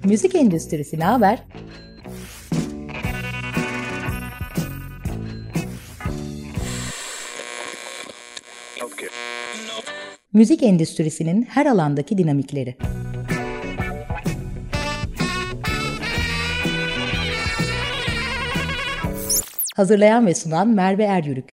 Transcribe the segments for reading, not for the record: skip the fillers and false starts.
Müzik endüstrisi ne haber? Müzik endüstrisinin her alandaki dinamikleri. Hazırlayan ve sunan Merve Eryürük.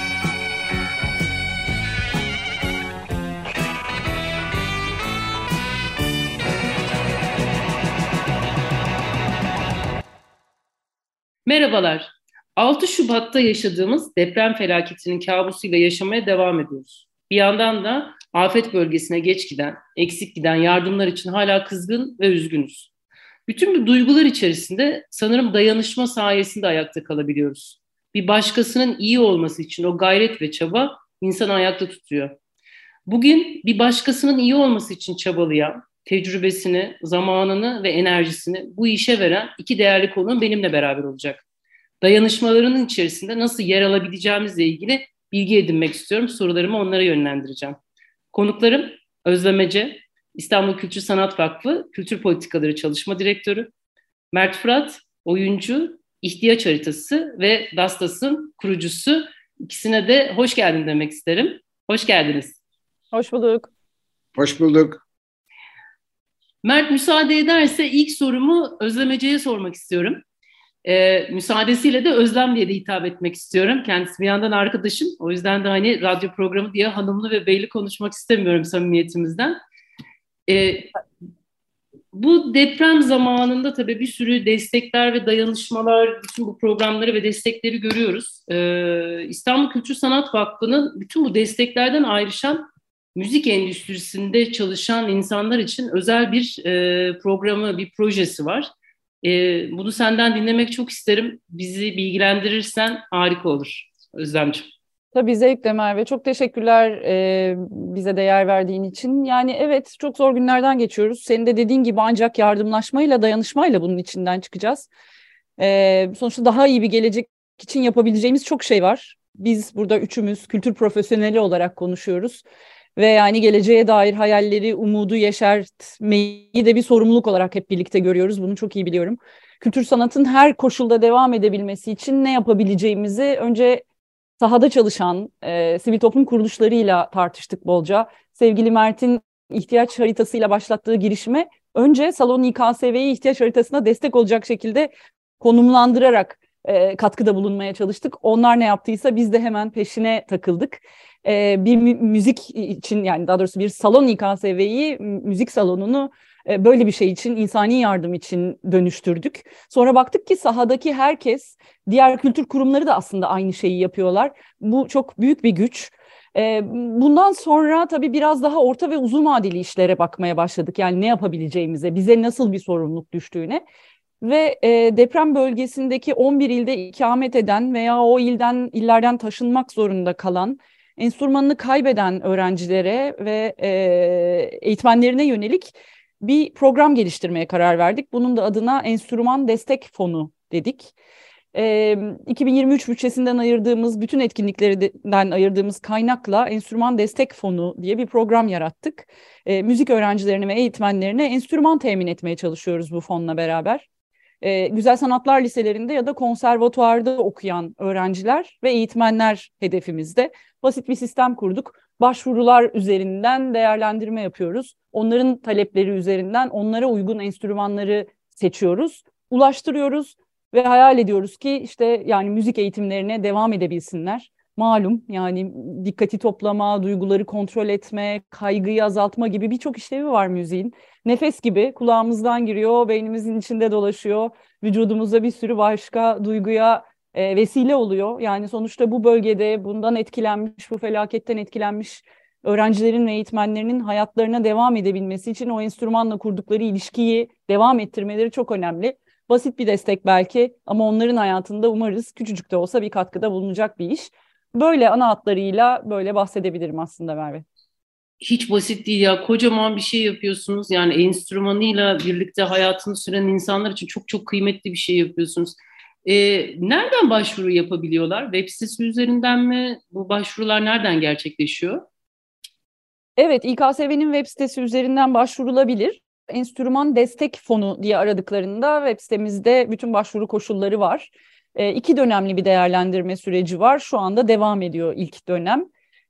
Merhabalar. 6 Şubat'ta yaşadığımız deprem felaketinin kabusuyla yaşamaya devam ediyoruz. Bir yandan da afet bölgesine geç giden, eksik giden yardımlar için hala kızgın ve üzgünüz. Bütün bu duygular içerisinde sanırım dayanışma sayesinde ayakta kalabiliyoruz. Bir başkasının iyi olması için o gayret ve çaba insanı ayakta tutuyor. Bugün bir başkasının iyi olması için çabalayan, tecrübesini, zamanını ve enerjisini bu işe veren iki değerli konuğum benimle beraber olacak. Dayanışmalarının içerisinde nasıl yer alabileceğimizle ilgili bilgi edinmek istiyorum. Sorularımı onlara yönlendireceğim. Konuklarım Özlem Ece, İstanbul Kültür Sanat Vakfı Kültür Politikaları Çalışma Direktörü, Mert Fırat, oyuncu, İhtiyaç Haritası ve Dastas'ın kurucusu. İkisine de hoş geldin demek isterim. Hoş geldiniz. Hoş bulduk. Hoş bulduk. Mert müsaade ederse ilk sorumu Özlem Ece'ye sormak istiyorum. Müsaadesiyle de Özlem diye de hitap etmek istiyorum. Kendisi bir yandan arkadaşım. O yüzden de hani radyo programı diye hanımlı ve beyli konuşmak istemiyorum samimiyetimizden. Bu deprem zamanında tabii bir sürü destekler ve dayanışmalar, bütün bu programları ve destekleri görüyoruz. İstanbul Kültür Sanat Vakfı'nın bütün bu desteklerden ayrışan müzik endüstrisinde çalışan insanlar için özel bir programı, bir projesi var. Bunu senden dinlemek çok isterim. Bizi bilgilendirirsen harika olur Özlemciğim. Tabii zevkle Merve. Çok teşekkürler bize değer verdiğin için. Yani evet çok zor günlerden geçiyoruz. Senin de dediğin gibi ancak yardımlaşmayla, dayanışmayla bunun içinden çıkacağız. Sonuçta daha iyi bir gelecek için yapabileceğimiz çok şey var. Biz burada üçümüz kültür profesyoneli olarak konuşuyoruz. Ve yani geleceğe dair hayalleri, umudu yeşertmeyi de bir sorumluluk olarak hep birlikte görüyoruz. Bunu çok iyi biliyorum. Kültür sanatın her koşulda devam edebilmesi için ne yapabileceğimizi önce sahada çalışan sivil toplum kuruluşlarıyla tartıştık bolca. Sevgili Mert'in ihtiyaç haritasıyla başlattığı girişime önce Salon İKSV'yi ihtiyaç haritasına destek olacak şekilde konumlandırarak katkıda bulunmaya çalıştık. Onlar ne yaptıysa biz de hemen peşine takıldık. Bir müzik için yani daha doğrusu bir salon İKSV'yi, müzik salonunu böyle bir şey için, insani yardım için dönüştürdük. Sonra baktık ki sahadaki herkes, diğer kültür kurumları da aslında aynı şeyi yapıyorlar. Bu çok büyük bir güç. Bundan sonra tabii biraz daha orta ve uzun vadeli işlere bakmaya başladık. Yani ne yapabileceğimize, bize nasıl bir sorumluluk düştüğüne. Ve deprem bölgesindeki 11 ilde ikamet eden veya o illerden taşınmak zorunda kalan, enstrümanını kaybeden öğrencilere ve eğitmenlerine yönelik bir program geliştirmeye karar verdik. Bunun da adına Enstrüman Destek Fonu dedik. 2023 bütçesinden ayırdığımız, bütün etkinliklerden ayırdığımız kaynakla Enstrüman Destek Fonu diye bir program yarattık. Müzik öğrencilerine ve eğitmenlerine enstrüman temin etmeye çalışıyoruz bu fonla beraber. Güzel sanatlar liselerinde ya da konservatuvarda okuyan öğrenciler ve eğitmenler hedefimizde. Basit bir sistem kurduk. Başvurular üzerinden değerlendirme yapıyoruz. Onların talepleri üzerinden onlara uygun enstrümanları seçiyoruz, ulaştırıyoruz ve hayal ediyoruz ki işte yani müzik eğitimlerine devam edebilsinler. Malum yani dikkati toplama, duyguları kontrol etme, kaygıyı azaltma gibi birçok işlevi var müziğin. Nefes gibi kulağımızdan giriyor, beynimizin içinde dolaşıyor, vücudumuzda bir sürü başka duyguya vesile oluyor. Yani sonuçta bu bölgede bundan etkilenmiş, bu felaketten etkilenmiş öğrencilerin ve eğitmenlerinin hayatlarına devam edebilmesi için o enstrümanla kurdukları ilişkiyi devam ettirmeleri çok önemli. Basit bir destek belki ama onların hayatında umarız küçücük de olsa bir katkıda bulunacak bir iş. Böyle ana hatlarıyla böyle bahsedebilirim aslında Merve. Hiç basit değil ya. Kocaman bir şey yapıyorsunuz. Yani enstrümanıyla birlikte hayatını süren insanlar için çok çok kıymetli bir şey yapıyorsunuz. Nereden başvuru yapabiliyorlar? Web sitesi üzerinden mi? Bu başvurular nereden gerçekleşiyor? Evet, İKSV'nin web sitesi üzerinden başvurulabilir. enstrüman destek fonu diye aradıklarında web sitemizde bütün başvuru koşulları var. 2 dönemli bir değerlendirme süreci var. Şu anda devam ediyor ilk dönem.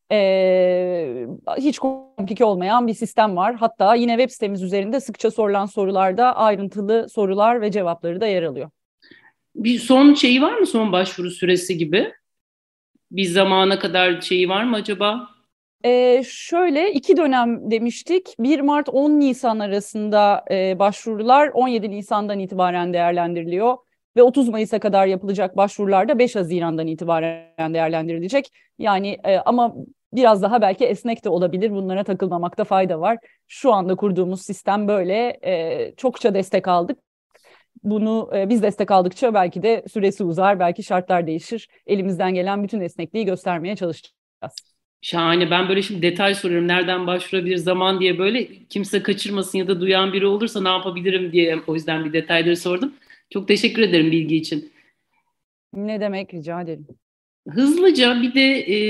Hiç komplike olmayan bir sistem var. Hatta yine web sitemiz üzerinde sıkça sorulan sorularda ayrıntılı sorular ve cevapları da yer alıyor. Bir son şeyi var mı? Son başvuru süresi gibi? Bir zamana kadar şeyi var mı acaba? Şöyle 2 dönem demiştik. 1 Mart 10 Nisan arasında başvurular 17 Nisan'dan itibaren değerlendiriliyor. Ve 30 Mayıs'a kadar yapılacak başvurular da 5 Haziran'dan itibaren değerlendirilecek. Yani ama biraz daha belki esnek de olabilir. Bunlara takılmamakta fayda var. Şu anda kurduğumuz sistem böyle. Çokça destek aldık. Bunu biz destek aldıkça belki de süresi uzar, belki şartlar değişir. Elimizden gelen bütün esnekliği göstermeye çalışacağız. Şahane. Ben böyle şimdi detay soruyorum. Nereden başvurabilir zaman diye, böyle kimse kaçırmasın ya da duyan biri olursa ne yapabilirim diye, o yüzden bir detayları sordum. Çok teşekkür ederim bilgi için. Ne demek, rica ederim. Hızlıca bir de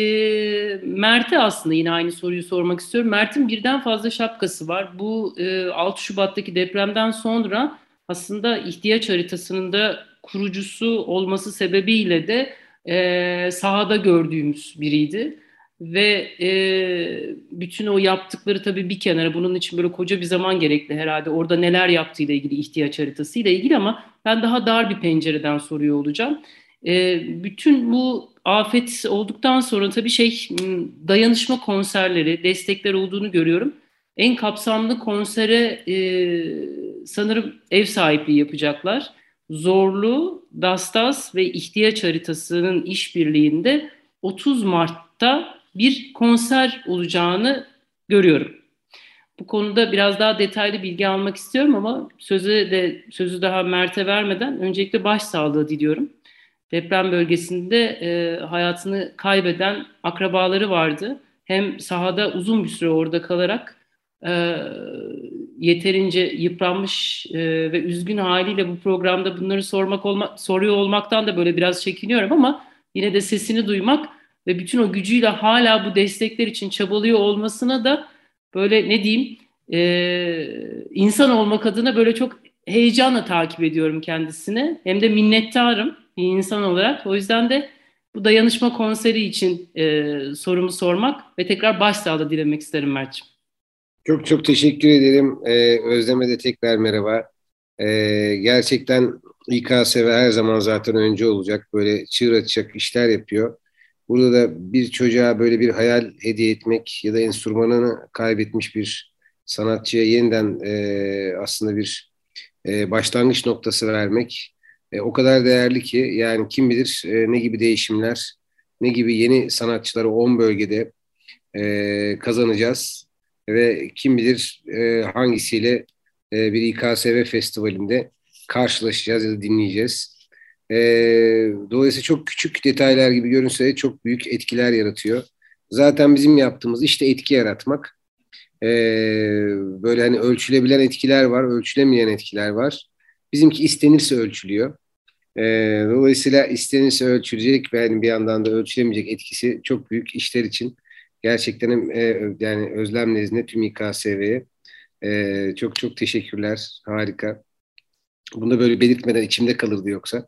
Mert'e aslında yine aynı soruyu sormak istiyorum. Mert'in birden fazla şapkası var. Bu 6 Şubat'taki depremden sonra aslında ihtiyaç haritasının da kurucusu olması sebebiyle de sahada gördüğümüz biriydi. Ve bütün o yaptıkları tabii bir kenara, bunun için böyle koca bir zaman gerekli herhalde. Orada neler yaptığıyla ilgili, ihtiyaç haritasıyla ilgili, ama ben daha dar bir pencereden soruyor olacağım. Bütün bu afet olduktan sonra tabii dayanışma konserleri, destekler olduğunu görüyorum. En kapsamlı konsere sanırım ev sahipliği yapacaklar. Zorlu, Dastas ve ihtiyaç haritasının işbirliğinde 30 Mart'ta bir konser olacağını görüyorum. Bu konuda biraz daha detaylı bilgi almak istiyorum ama sözü daha Mert'e vermeden öncelikle başsağlığı diliyorum. Deprem bölgesinde hayatını kaybeden akrabaları vardı. Hem sahada uzun bir süre orada kalarak e, yeterince yıpranmış ve üzgün haliyle bu programda bunları soruyor olmaktan da böyle biraz çekiniyorum, ama yine de sesini duymak ve bütün o gücüyle hala bu destekler için çabalıyor olmasına da böyle ne diyeyim, insan olmak adına böyle çok heyecanla takip ediyorum kendisini. Hem de minnettarım bir insan olarak. O yüzden de bu dayanışma konseri için sorumu sormak ve tekrar başsağlığı dilemek isterim Mert'ciğim. Çok çok teşekkür ederim. Özlem'e de tekrar merhaba. Gerçekten İKSV her zaman zaten önce olacak. Böyle çığır açacak işler yapıyor. Burada da bir çocuğa böyle bir hayal hediye etmek ya da enstrümanını kaybetmiş bir sanatçıya yeniden aslında bir başlangıç noktası vermek o kadar değerli ki, yani kim bilir ne gibi değişimler, ne gibi yeni sanatçıları 10 bölgede kazanacağız ve kim bilir hangisiyle bir İKSV festivalinde karşılaşacağız ya da dinleyeceğiz. E, Dolayısıyla çok küçük detaylar gibi görünse de çok büyük etkiler yaratıyor. Zaten bizim yaptığımız işte etki yaratmak. E, Böyle hani ölçülebilen etkiler var, ölçülemeyen etkiler var. Bizimki istenirse ölçülüyor. E, Dolayısıyla istenirse ölçülecek ve hani bir yandan da ölçülemeyecek etkisi çok büyük işler için. Gerçekten yani Özlem nezdinde tüm İKSV'ye çok çok teşekkürler. Harika. Bunu da böyle belirtmeden içimde kalırdı yoksa.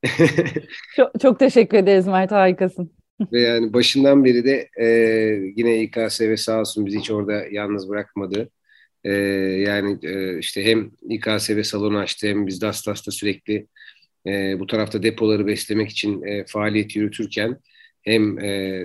Çok, çok teşekkür ederiz Mert, harikasın. Ve yani başından beri de yine İKSV sağ olsun bizi hiç orada yalnız bırakmadı. Yani işte hem İKSV salonu açtı, hem biz Dastas'ta sürekli bu tarafta depoları beslemek için faaliyet yürütürken, hem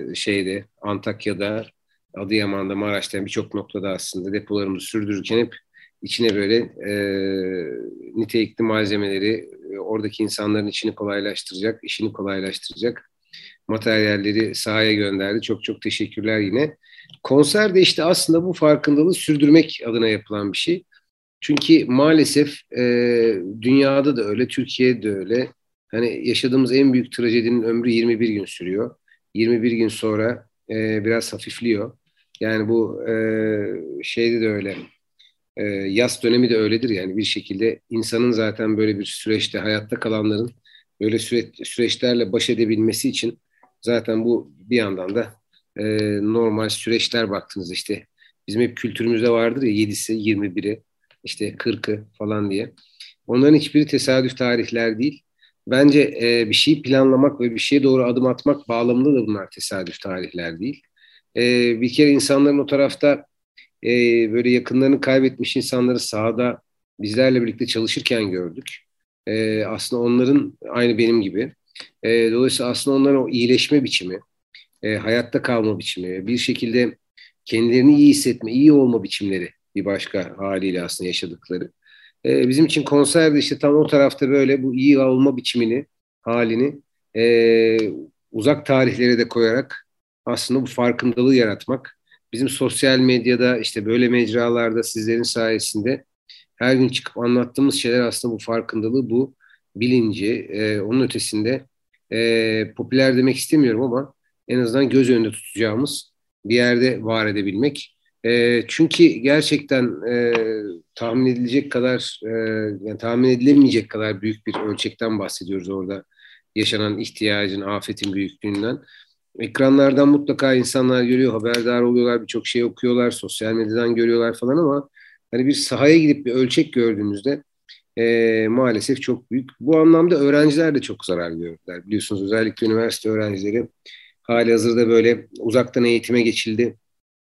Antakya'da, Adıyaman'da, Maraş'ta birçok noktada aslında depolarımızı sürdürürken hep içine böyle nitelikli malzemeleri, oradaki insanların işini kolaylaştıracak materyalleri sahaya gönderdi. Çok çok teşekkürler yine. Konser de işte aslında bu farkındalığı sürdürmek adına yapılan bir şey. Çünkü maalesef dünyada da öyle, Türkiye'de de öyle. Hani yaşadığımız en büyük trajedinin ömrü 21 gün sürüyor. 21 gün sonra biraz hafifliyor. Yani bu şeyde de öyle. Yaz dönemi de öyledir yani, bir şekilde insanın zaten böyle bir süreçte, hayatta kalanların böyle süreçlerle baş edebilmesi için zaten bu bir yandan da normal süreçler, baktınız işte bizim hep kültürümüzde vardır ya, 7'si 21'i. işte 40'ı falan diye. Onların hiçbiri tesadüf tarihler değil. Bence bir şeyi planlamak ve bir şeye doğru adım atmak bağlamında da bunlar tesadüf tarihler değil. Bir kere insanların o tarafta e, böyle yakınlarını kaybetmiş insanları sahada bizlerle birlikte çalışırken gördük. Aslında onların aynı benim gibi. Dolayısıyla aslında onların o iyileşme biçimi, hayatta kalma biçimi, bir şekilde kendilerini iyi hissetme, iyi olma biçimleri bir başka haliyle aslında yaşadıkları. Bizim için konserde işte tam o tarafta böyle bu iyi olma biçimini, halini uzak tarihlere de koyarak aslında bu farkındalığı yaratmak. Bizim sosyal medyada işte böyle mecralarda sizlerin sayesinde her gün çıkıp anlattığımız şeyler aslında bu farkındalığı, bu bilinci, onun ötesinde popüler demek istemiyorum ama en azından göz önünde tutacağımız bir yerde var edebilmek. Çünkü gerçekten tahmin edilecek kadar, yani tahmin edilemeyecek kadar büyük bir ölçekten bahsediyoruz orada. Yaşanan ihtiyacın, afetin büyüklüğünden. Ekranlardan mutlaka insanlar görüyor, haberdar oluyorlar, birçok şey okuyorlar, sosyal medyadan görüyorlar falan ama hani bir sahaya gidip bir ölçek gördüğümüzde maalesef çok büyük. Bu anlamda öğrenciler de çok zarar gördüler. Biliyorsunuz özellikle üniversite öğrencileri halihazırda böyle uzaktan eğitime geçildi.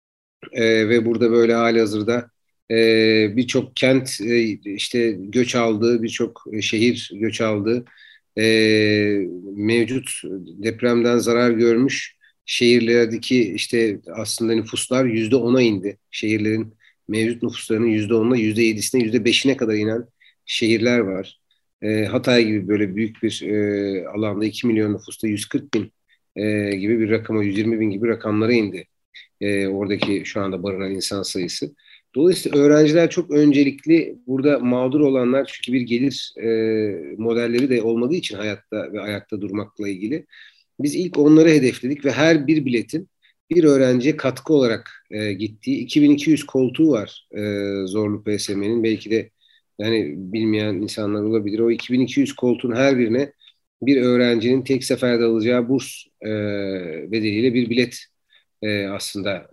Ve burada böyle halihazırda birçok kent işte göç aldı, birçok şehir göç aldı. E, Mevcut depremden zarar görmüş şehirlerdeki işte aslında nüfuslar %10'a indi. Şehirlerin mevcut nüfuslarının %10'una, %7'sine, %5'ine kadar inen şehirler var. Hatay gibi böyle büyük bir alanda 2 milyon nüfusta 140 bin gibi bir rakama, 120 bin gibi rakamlara indi oradaki şu anda barınan insan sayısı. Dolayısıyla öğrenciler çok öncelikli burada mağdur olanlar çünkü bir gelir modelleri de olmadığı için hayatta ve ayakta durmakla ilgili. Biz ilk onları hedefledik ve her bir biletin bir öğrenciye katkı olarak gittiği 2200 koltuğu var Zorlu PSM'nin. Belki de yani bilmeyen insanlar olabilir. O 2200 koltuğun her birine bir öğrencinin tek seferde alacağı burs bedeliyle bir bilet aslında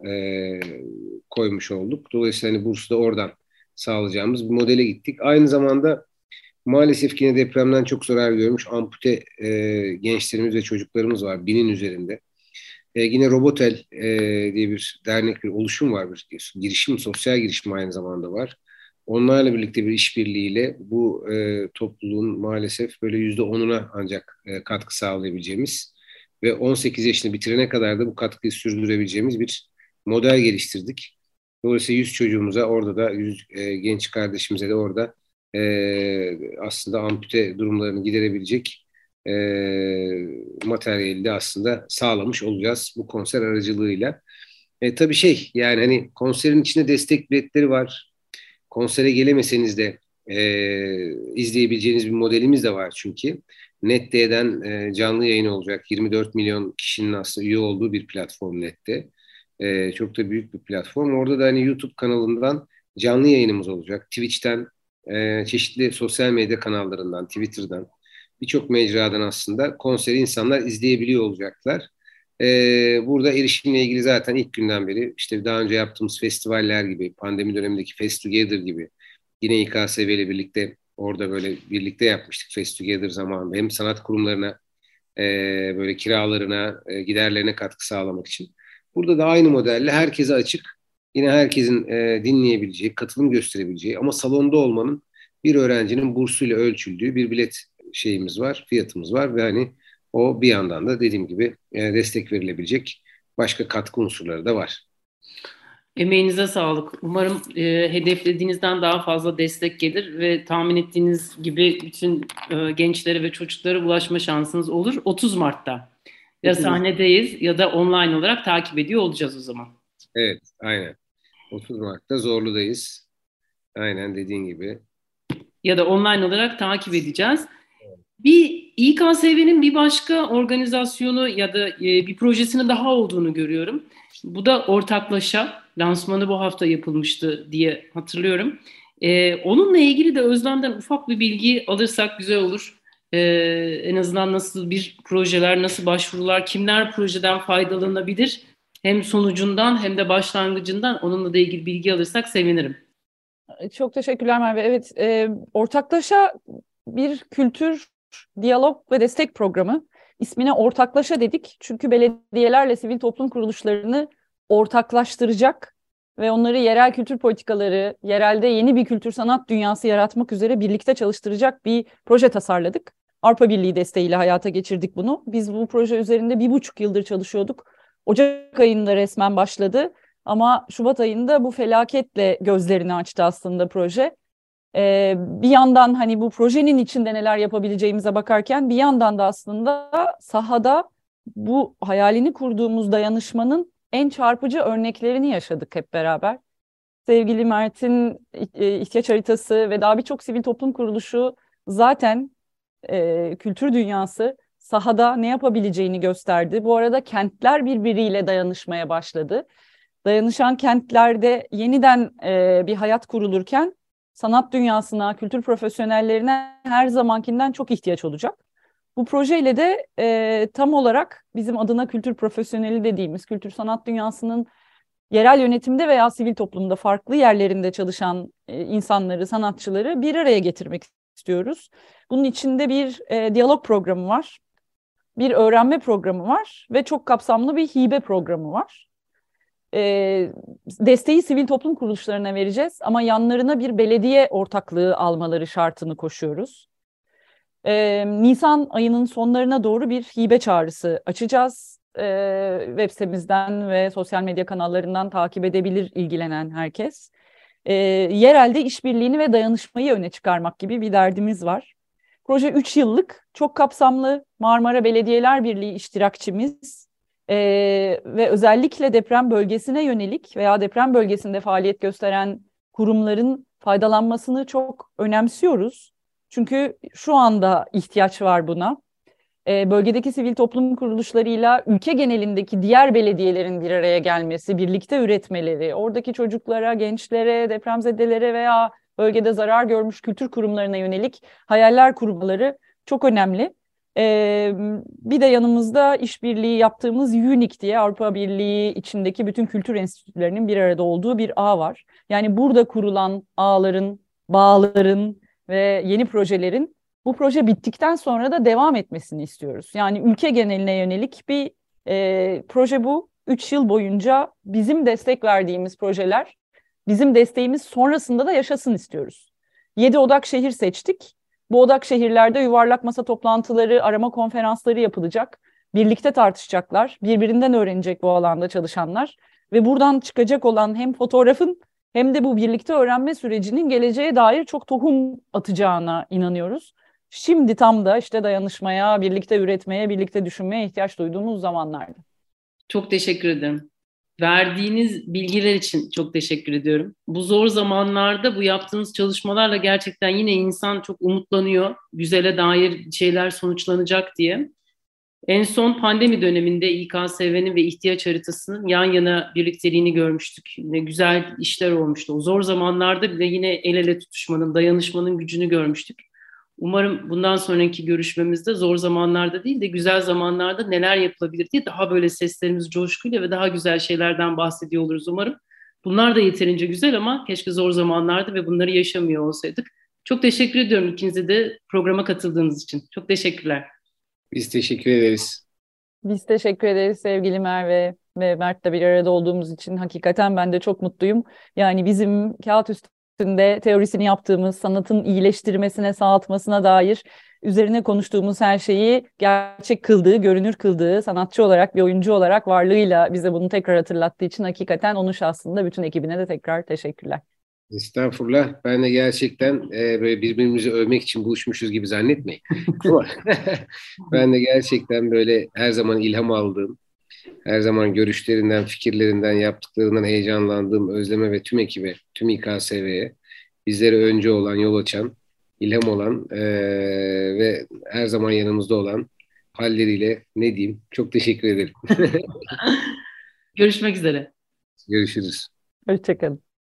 koymuş olduk. Dolayısıyla hani bursu da oradan sağlayacağımız bir modele gittik. Aynı zamanda maalesef yine depremden çok zarar görmüş ampute gençlerimiz ve çocuklarımız var. 1000'in üzerinde. Yine Robotel diye bir dernek, bir oluşum var. Bir girişim, sosyal girişim aynı zamanda var. Onlarla birlikte bir işbirliğiyle bu topluluğun maalesef böyle %10'una ancak katkı sağlayabileceğimiz ve 18 yaşını bitirene kadar da bu katkıyı sürdürebileceğimiz bir model geliştirdik. Dolayısıyla 100 çocuğumuza orada da 100 genç kardeşimize de orada aslında ampute durumlarını giderebilecek e, materyali de aslında sağlamış olacağız bu konser aracılığıyla. Tabii şey yani hani konserin içinde destek biletleri var. Konsere gelemeseniz de izleyebileceğiniz bir modelimiz de var çünkü. NetD'den canlı yayın olacak. 24 milyon kişinin aslında üye olduğu bir platform Net'te. Çok da büyük bir platform. Orada da hani YouTube kanalından canlı yayınımız olacak. Twitch'ten, çeşitli sosyal medya kanallarından, Twitter'dan, birçok mecradan aslında konseri insanlar izleyebiliyor olacaklar. Burada erişimle ilgili zaten ilk günden beri işte daha önce yaptığımız festivaller gibi, pandemi dönemindeki Fest Together gibi yine İKSV ile birlikte orada böyle birlikte yapmıştık Fest Together zamanında. Hem sanat kurumlarına böyle kiralarına, giderlerine katkı sağlamak için. Burada da aynı modelle herkese açık, yine herkesin dinleyebileceği, katılım gösterebileceği ama salonda olmanın bir öğrencinin bursuyla ölçüldüğü bir bilet şeyimiz var, fiyatımız var ve hani o bir yandan da dediğim gibi destek verilebilecek başka katkı unsurları da var. Emeğinize sağlık. Umarım hedeflediğinizden daha fazla destek gelir ve tahmin ettiğiniz gibi bütün gençlere ve çocuklara ulaşma şansınız olur. 30 Mart'ta ya sahnedeyiz ya da online olarak takip ediyor olacağız o zaman. Evet, aynen. 30 Mart'ta Zorlu'dayız. Aynen dediğin gibi. Ya da online olarak takip edeceğiz. Bir İKSV'nin bir başka organizasyonu ya da bir projesinin daha olduğunu görüyorum. Bu da Ortaklaşa. Lansmanı bu hafta yapılmıştı diye hatırlıyorum. Onunla ilgili de Özlem'den ufak bir bilgi alırsak güzel olur. En azından nasıl bir projeler, nasıl başvurular, kimler projeden faydalanabilir? Hem sonucundan hem de başlangıcından onunla da ilgili bilgi alırsak sevinirim. Çok teşekkürler Merve. Evet, ortaklaşa bir kültür, diyalog ve destek programı. İsmine ortaklaşa dedik. Çünkü belediyelerle sivil toplum kuruluşlarını ortaklaştıracak ve onları yerel kültür politikaları, yerelde yeni bir kültür sanat dünyası yaratmak üzere birlikte çalıştıracak bir proje tasarladık. Avrupa Birliği desteğiyle hayata geçirdik bunu. Biz bu proje üzerinde 1,5 yıldır çalışıyorduk. Ocak ayında resmen başladı. Ama Şubat ayında bu felaketle gözlerini açtı aslında proje. Bir yandan hani bu projenin içinde neler yapabileceğimize bakarken bir yandan da aslında sahada bu hayalini kurduğumuz dayanışmanın en çarpıcı örneklerini yaşadık hep beraber. Sevgili Mert'in ihtiyaç haritası ve daha birçok sivil toplum kuruluşu zaten kültür dünyası sahada ne yapabileceğini gösterdi. Bu arada kentler birbiriyle dayanışmaya başladı. Dayanışan kentlerde yeniden bir hayat kurulurken sanat dünyasına, kültür profesyonellerine her zamankinden çok ihtiyaç olacak. Bu projeyle de tam olarak bizim adına kültür profesyoneli dediğimiz, kültür sanat dünyasının yerel yönetimde veya sivil toplumda farklı yerlerinde çalışan insanları, sanatçıları bir araya getirmek istiyoruz. Bunun içinde bir diyalog programı var, bir öğrenme programı var ve çok kapsamlı bir hibe programı var. Desteği sivil toplum kuruluşlarına vereceğiz ama yanlarına bir belediye ortaklığı almaları şartını koşuyoruz. Nisan ayının sonlarına doğru bir hibe çağrısı açacağız. Web sitemizden ve sosyal medya kanallarından takip edebilir ilgilenen herkes. Yerelde işbirliğini ve dayanışmayı öne çıkarmak gibi bir derdimiz var. Proje 3 yıllık, çok kapsamlı. Marmara Belediyeler Birliği iştirakçimiz. Ve özellikle deprem bölgesine yönelik veya deprem bölgesinde faaliyet gösteren kurumların faydalanmasını çok önemsiyoruz. Çünkü şu anda ihtiyaç var buna. Bölgedeki sivil toplum kuruluşlarıyla ülke genelindeki diğer belediyelerin bir araya gelmesi, birlikte üretmeleri, oradaki çocuklara, gençlere, depremzedelere veya bölgede zarar görmüş kültür kurumlarına yönelik hayaller kurmaları çok önemli. Bir de yanımızda işbirliği yaptığımız UNIC diye Avrupa Birliği içindeki bütün kültür enstitülerinin bir arada olduğu bir ağ var. Yani burada kurulan ağların, bağların ve yeni projelerin bu proje bittikten sonra da devam etmesini istiyoruz. Yani ülke geneline yönelik bir proje bu. 3 yıl boyunca bizim destek verdiğimiz projeler, bizim desteğimiz sonrasında da yaşasın istiyoruz. 7 odak şehir seçtik. Bu odak şehirlerde yuvarlak masa toplantıları, arama konferansları yapılacak. Birlikte tartışacaklar, birbirinden öğrenecek bu alanda çalışanlar. Ve buradan çıkacak olan hem fotoğrafın hem de bu birlikte öğrenme sürecinin geleceğe dair çok tohum atacağına inanıyoruz. Şimdi tam da işte dayanışmaya, birlikte üretmeye, birlikte düşünmeye ihtiyaç duyduğumuz zamanlarda. Çok teşekkür ederim. Verdiğiniz bilgiler için çok teşekkür ediyorum. Bu zor zamanlarda bu yaptığınız çalışmalarla gerçekten yine insan çok umutlanıyor. Güzele dair şeyler sonuçlanacak diye. En son pandemi döneminde İKSV'nin ve ihtiyaç haritasının yan yana birlikteliğini görmüştük. Yine güzel işler olmuştu. O zor zamanlarda bile yine el ele tutuşmanın, dayanışmanın gücünü görmüştük. Umarım bundan sonraki görüşmemizde zor zamanlarda değil de güzel zamanlarda neler yapılabilir diye daha böyle seslerimiz coşkuyla ve daha güzel şeylerden bahsediyor oluruz umarım. Bunlar da yeterince güzel ama keşke zor zamanlarda ve bunları yaşamıyor olsaydık. Çok teşekkür ediyorum ikinize de programa katıldığınız için. Çok teşekkürler. Biz teşekkür ederiz. Biz teşekkür ederiz sevgili Merve ve Mert'le bir arada olduğumuz için. Hakikaten ben de çok mutluyum. Yani bizim kağıt üstünde teorisini yaptığımız, sanatın iyileştirmesine, sağaltmasına dair üzerine konuştuğumuz her şeyi gerçek kıldığı, görünür kıldığı, sanatçı olarak, bir oyuncu olarak varlığıyla bize bunu tekrar hatırlattığı için hakikaten onun şahsında bütün ekibine de tekrar teşekkürler. Estağfurullah. Ben de gerçekten böyle birbirimizi övmek için buluşmuşuz gibi zannetmeyin. Ama ben de gerçekten böyle her zaman ilham aldığım, her zaman görüşlerinden, fikirlerinden, yaptıklarından heyecanlandığım Özlem'e ve tüm ekibe, tüm İKSV'ye, bizlere önce olan, yol açan, ilham olan ve her zaman yanımızda olan halleriyle ne diyeyim, çok teşekkür ederim. Görüşmek üzere. Görüşürüz. Hoşçakalın.